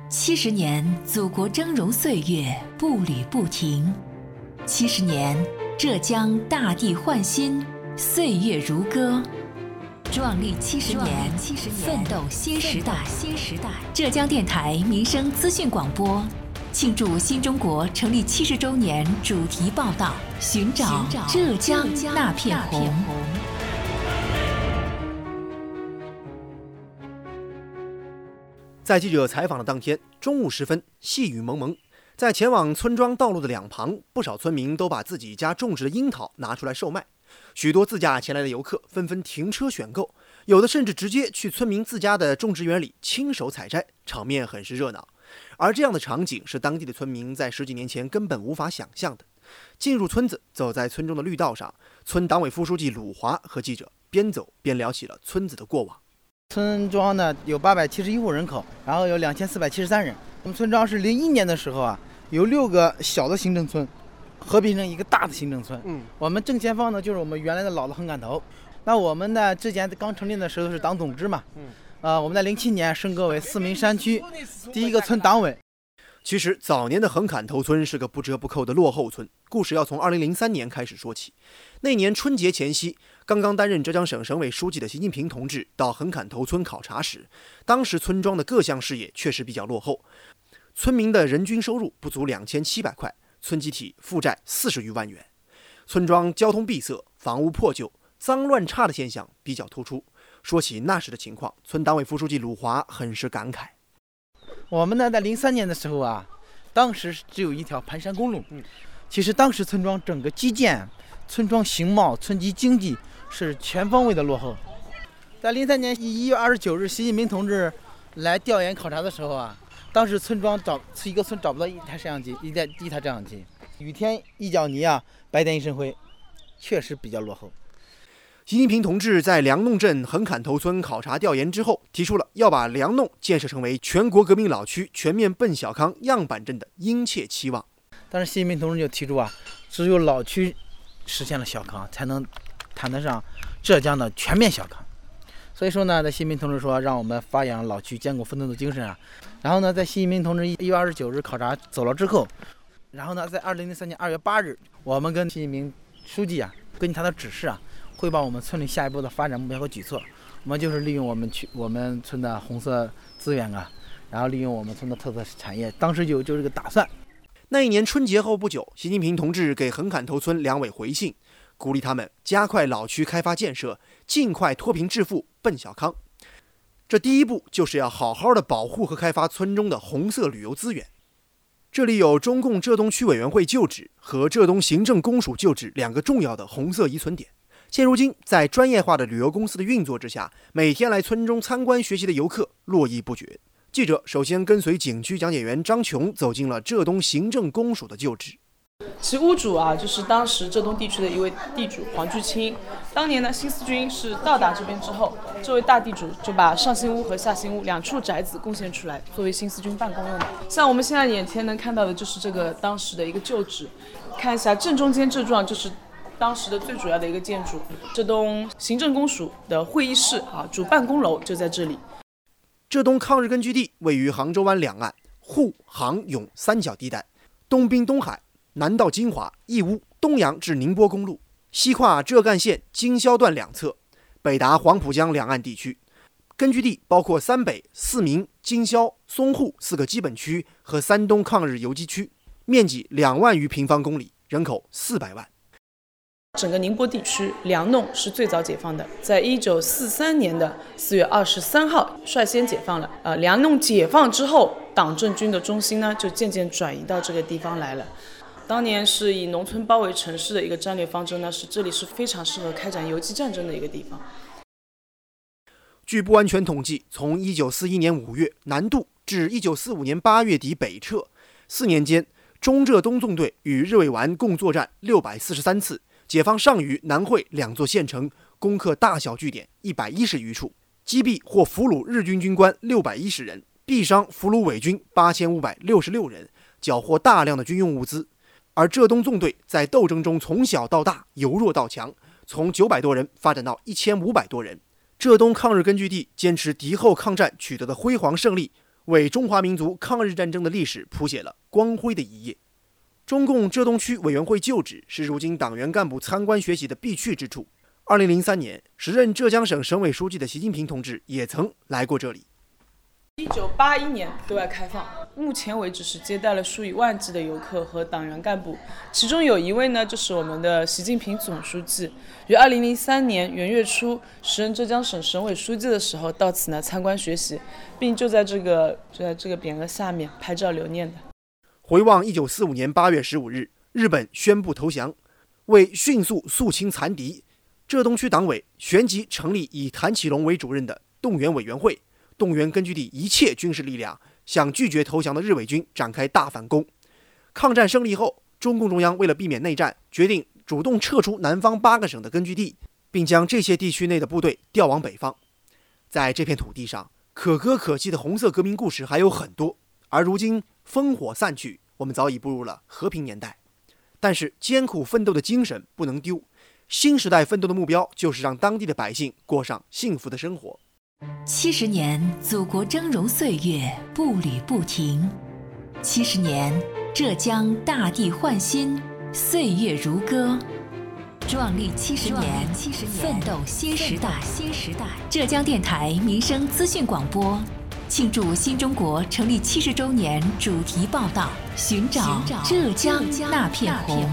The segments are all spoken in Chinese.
70年，祖国峥嵘岁月步履不停。70年，浙江大地焕新，岁月如歌。壮丽70年，奋斗新时代。浙江电台民生资讯广播庆祝新中国成立70周年主题报道：寻找浙江那片红。 在记者采访的当天，中午时分，细雨蒙蒙，在前往村庄道路的两旁，不少村民都把自己家种植的樱桃拿出来售卖。许多自驾前来的游客纷纷停车选购，有的甚至直接去村民自家的种植园里亲手采摘，场面很是热闹。而这样的场景是当地的村民在10几年前根本无法想象的。进入村子，走在村中的绿道上，村党委副书记鲁华和记者边走边聊起了村子的过往。 村庄呢有871户人口，然后有2473人。我们村庄是01年的时候啊，有6个小的行政村合并成一个大的行政村。我们正前方呢就是我们原来的老的横杆头。那我们呢之前刚成立的时候是党总支嘛，我们在07年升格为四明山区第一个村党委。 其实早年的横坎头村是个不折不扣的落后村，故事要从2003年开始说起。那年春节前夕，刚刚担任浙江省省委书记的习近平同志到横坎头村考察时，当时村庄的各项事业确实比较落后，村民的人均收入不足2700块，村集体负债40余万元，村庄交通闭塞，房屋破旧，脏乱差的现象比较突出。说起那时的情况，村党委副书记鲁华很是感慨。 我们呢在03年的时候啊，当时只有一条盘山公路。其实当时村庄整个基建、村庄形貌、村级经济是全方位的落后。在03年1月29日，习近平同志来调研考察的时候啊，当时村庄一个村找不到一台摄像机，一台照相机，雨天一脚泥啊，白天一身灰，确实比较落后。 习近平同志在梁弄镇横坎头村考察调研之后，提出了要把梁弄建设成为全国革命老区全面奔小康样板镇的殷切期望。 但是习近平同志就提出啊，只有老区实现了小康，才能谈得上浙江的全面小康。所以说呢，在习近平同志说让我们发扬老区艰苦奋斗的精神啊。然后呢，在习近平同志1月29日考察走了之后，然后呢，在2003年2月8日，我们跟习近平书记啊，根据他的指示啊，汇报我们村里下一步的发展目标和举措。我们就是利用我们村的红色资源啊，然后利用我们村的特色产业，当时就这个打算。 那一年春节后不久，习近平同志给横坎头村两委回信，鼓励他们加快老区开发建设，尽快脱贫致富奔小康。这第一步就是要好好的保护和开发村中的红色旅游资源。这里有中共浙东区委员会旧址和浙东行政公署旧址2个重要的红色遗存点。现如今，在专业化的旅游公司的运作之下，每天来村中参观学习的游客络绎不绝。记者首先跟随景区讲解员张琼走进了浙东行政公署的旧址。 其屋主啊，就是当时浙东地区的一位地主黄巨清。当年呢，新四军是到达这边之后，这位大地主就把上新屋和下新屋2处宅子贡献出来，作为新四军办公用的。像我们现在眼前能看到的，就是这个当时的一个旧址。看一下正中间这幢就是当时的最主要的一个建筑，浙东行政公署的会议室啊，主办公楼就在这里。 浙东抗日根据地位于杭州湾两岸，沪杭甬3角地带，东濒东海，南到金华、义乌，东洋至宁波公路，西跨浙赣线京萧段2侧，北达黄浦江两岸地区。根据地包括三北、四明、京萧、淞沪4个基本区和山东抗日游击区，面积2万余平方公里，人口400万。 整个宁波地区，梁弄是最早解放的，在1943年的4月23号率先解放了。梁弄解放之后，党政军的中心呢就渐渐转移到这个地方来了。当年是以农村包围城市的一个战略方针呢，这里是非常适合开展游击战争的一个地方。 据不完全统计，从1941年5月南渡至1945年8月底北撤，4年间，中浙东纵队与日伪顽共作战643次，解放上虞、南汇2座县城，攻克大小据点110余处，击毙或俘虏日军军官610人，毙伤俘虏伪军8566人，缴获大量的军用物资。而浙东纵队在斗争中从小到大，由弱到强，从900多人发展到1500多人。浙东抗日根据地坚持敌后抗战取得的辉煌胜利， 为中华民族抗日战争的历史谱写了光辉的一页。中共浙东区委员会旧址是如今党员干部参观学习的必去之处。2003年，时任浙江省省委书记的习近平同志也曾来过这里。 1981年对外开放，目前为止是接待了数以万计的游客和党员干部，其中有一位呢，就是我们的习近平总书记，于2003年元月初，时任浙江省省委书记的时候到此呢参观学习，并就在这个匾额下面拍照留念的。 回望1945年8月15日，日本宣布投降，为迅速肃清残敌，浙东区党委旋即成立以谭启龙为主任的动员委员会，动员根据地一切军事力量，向拒绝投降的日伪军展开大反攻。抗战胜利后，中共中央为了避免内战，决定主动撤出南方8个省的根据地，并将这些地区内的部队调往北方。在这片土地上，可歌可泣的红色革命故事还有很多，而如今烽火散去，我们早已步入了和平年代。但是艰苦奋斗的精神不能丢，新时代奋斗的目标就是让当地的百姓过上幸福的生活。 70年，祖国峥嵘岁月步履不停。70年，浙江大地焕新，岁月如歌。壮丽70年，奋斗新时代。浙江电台民生资讯广播庆祝新中国成立70周年主题报道：寻找浙江那片红。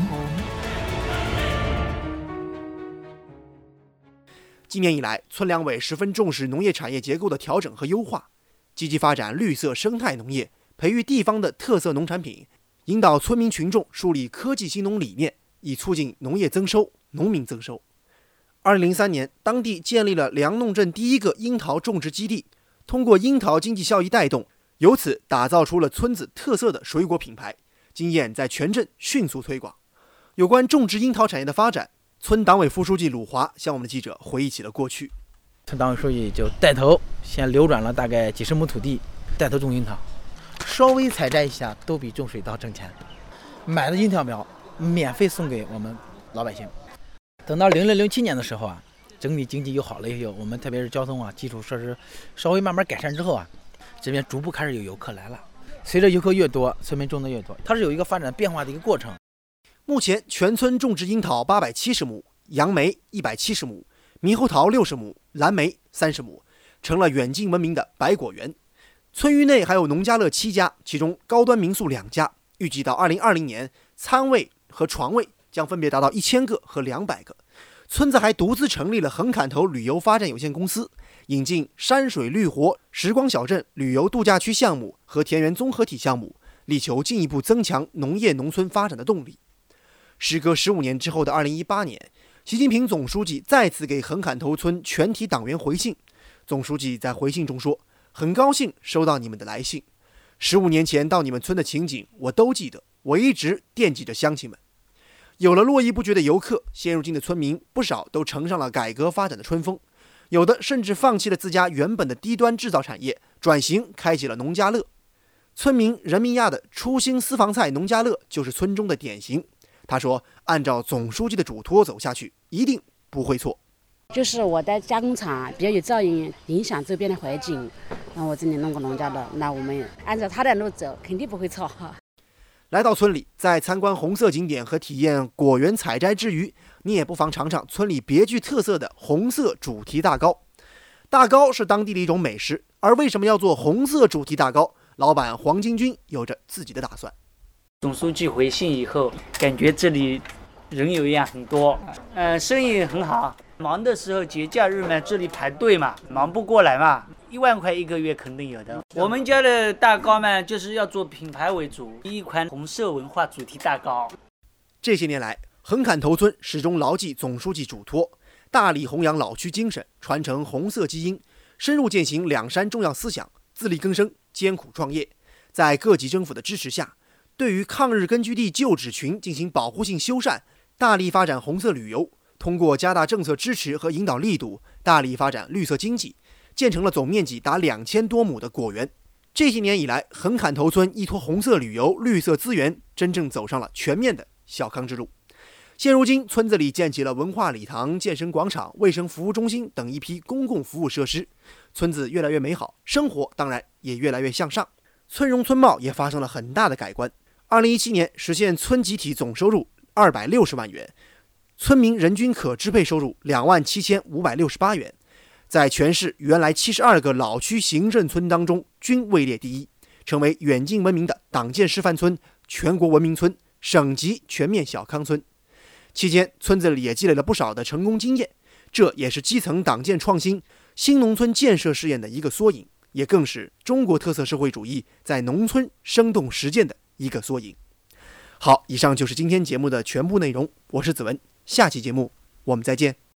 今年以来，村两委十分重视农业产业结构的调整和优化，积极发展绿色生态农业，培育地方的特色农产品，引导村民群众树立科技新农理念，以促进农业增收、农民增收。2003年，当地建立了梁弄镇第一个樱桃种植基地，通过樱桃经济效益带动，由此打造出了村子特色的水果品牌，经验在全镇迅速推广。有关种植樱桃产业的发展，村党委副书记鲁华向我们的记者回忆起了过去。 村党委书记就带头先流转了大概几十亩土地，带头种樱桃，稍微采摘一下都比种水稻挣钱。买的樱桃苗免费送给我们老百姓。等到06、07年的时候啊，整体经济又好了以后，我们特别是交通啊、基础设施稍微慢慢改善之后啊，这边逐步开始有游客来了。随着游客越多，村民种的越多，它是有一个发展变化的一个过程。 目前全村种植樱桃870亩，杨梅170亩，猕猴桃60亩，蓝莓30亩，成了远近闻名的百果园。村域内还有农家乐7家，其中高端民宿2家。预计到2020年，餐位和床位将分别达到1000个和200个。村子还独自成立了横砍头旅游发展有限公司，引进山水绿活、时光小镇、旅游度假区项目和田园综合体项目，力求进一步增强农业农村发展的动力。时隔15年之后的2018年，习近平总书记再次给横砍头村全体党员回信。总书记在回信中说：“很高兴收到你们的来信，15年前到你们村的情景我都记得，我一直惦记着乡亲们。”有了络绎不绝的游客，现如今的村民不少都乘上了改革发展的春风，有的甚至放弃了自家原本的低端制造产业，转型开启了农家乐。村民任明亚的初心私房菜农家乐就是村中的典型。他说：“按照总书记的嘱托走下去，一定不会错。” 就是我的加工厂比较有噪音，影响周边的环境，那我这里弄个农家乐，那我们按照他的路走，肯定不会错。 来到村里，在参观红色景点和体验果园采摘之余，你也不妨尝尝村里别具特色的红色主题大糕。大糕是当地的一种美食，而为什么要做红色主题大糕，老板黄金军有着自己的打算。 总书记回信以后，感觉这里人流量很多，生意很好。忙的时候节假日嘛，这里排队嘛，忙不过来嘛，1万块1个月肯定有的。我们家的大糕嘛，就是要做品牌为主，一款红色文化主题大糕。 这些年来，横砍头村始终牢记总书记嘱托，大力弘扬老区精神，传承红色基因，深入践行两山重要思想，自力更生，艰苦创业。在各级政府的支持下，对于抗日根据地旧址群进行保护性修缮，大力发展红色旅游，通过加大政策支持和引导力度，大力发展绿色经济，建成了总面积达2000多亩的果园。这些年以来，横砍头村依托红色旅游、绿色资源，真正走上了全面的小康之路。现如今，村子里建起了文化礼堂、健身广场、卫生服务中心等一批公共服务设施， 村子越来越美好，生活当然也越来越向上，村容村貌也发生了很大的改观。2017年实现村集体总收入260万元，村民人均可支配收入27568元，在全市原来72个老区行政村当中均位列第一，成为远近闻名的党建示范村、全国文明村、省级全面小康村。期间，村子里也积累了不少的成功经验，这也是基层党建创新、新农村建设试验的一个缩影，也更是中国特色社会主义在农村生动实践的一个缩影。好，以上就是今天节目的全部内容，我是子文，下期节目我们再见。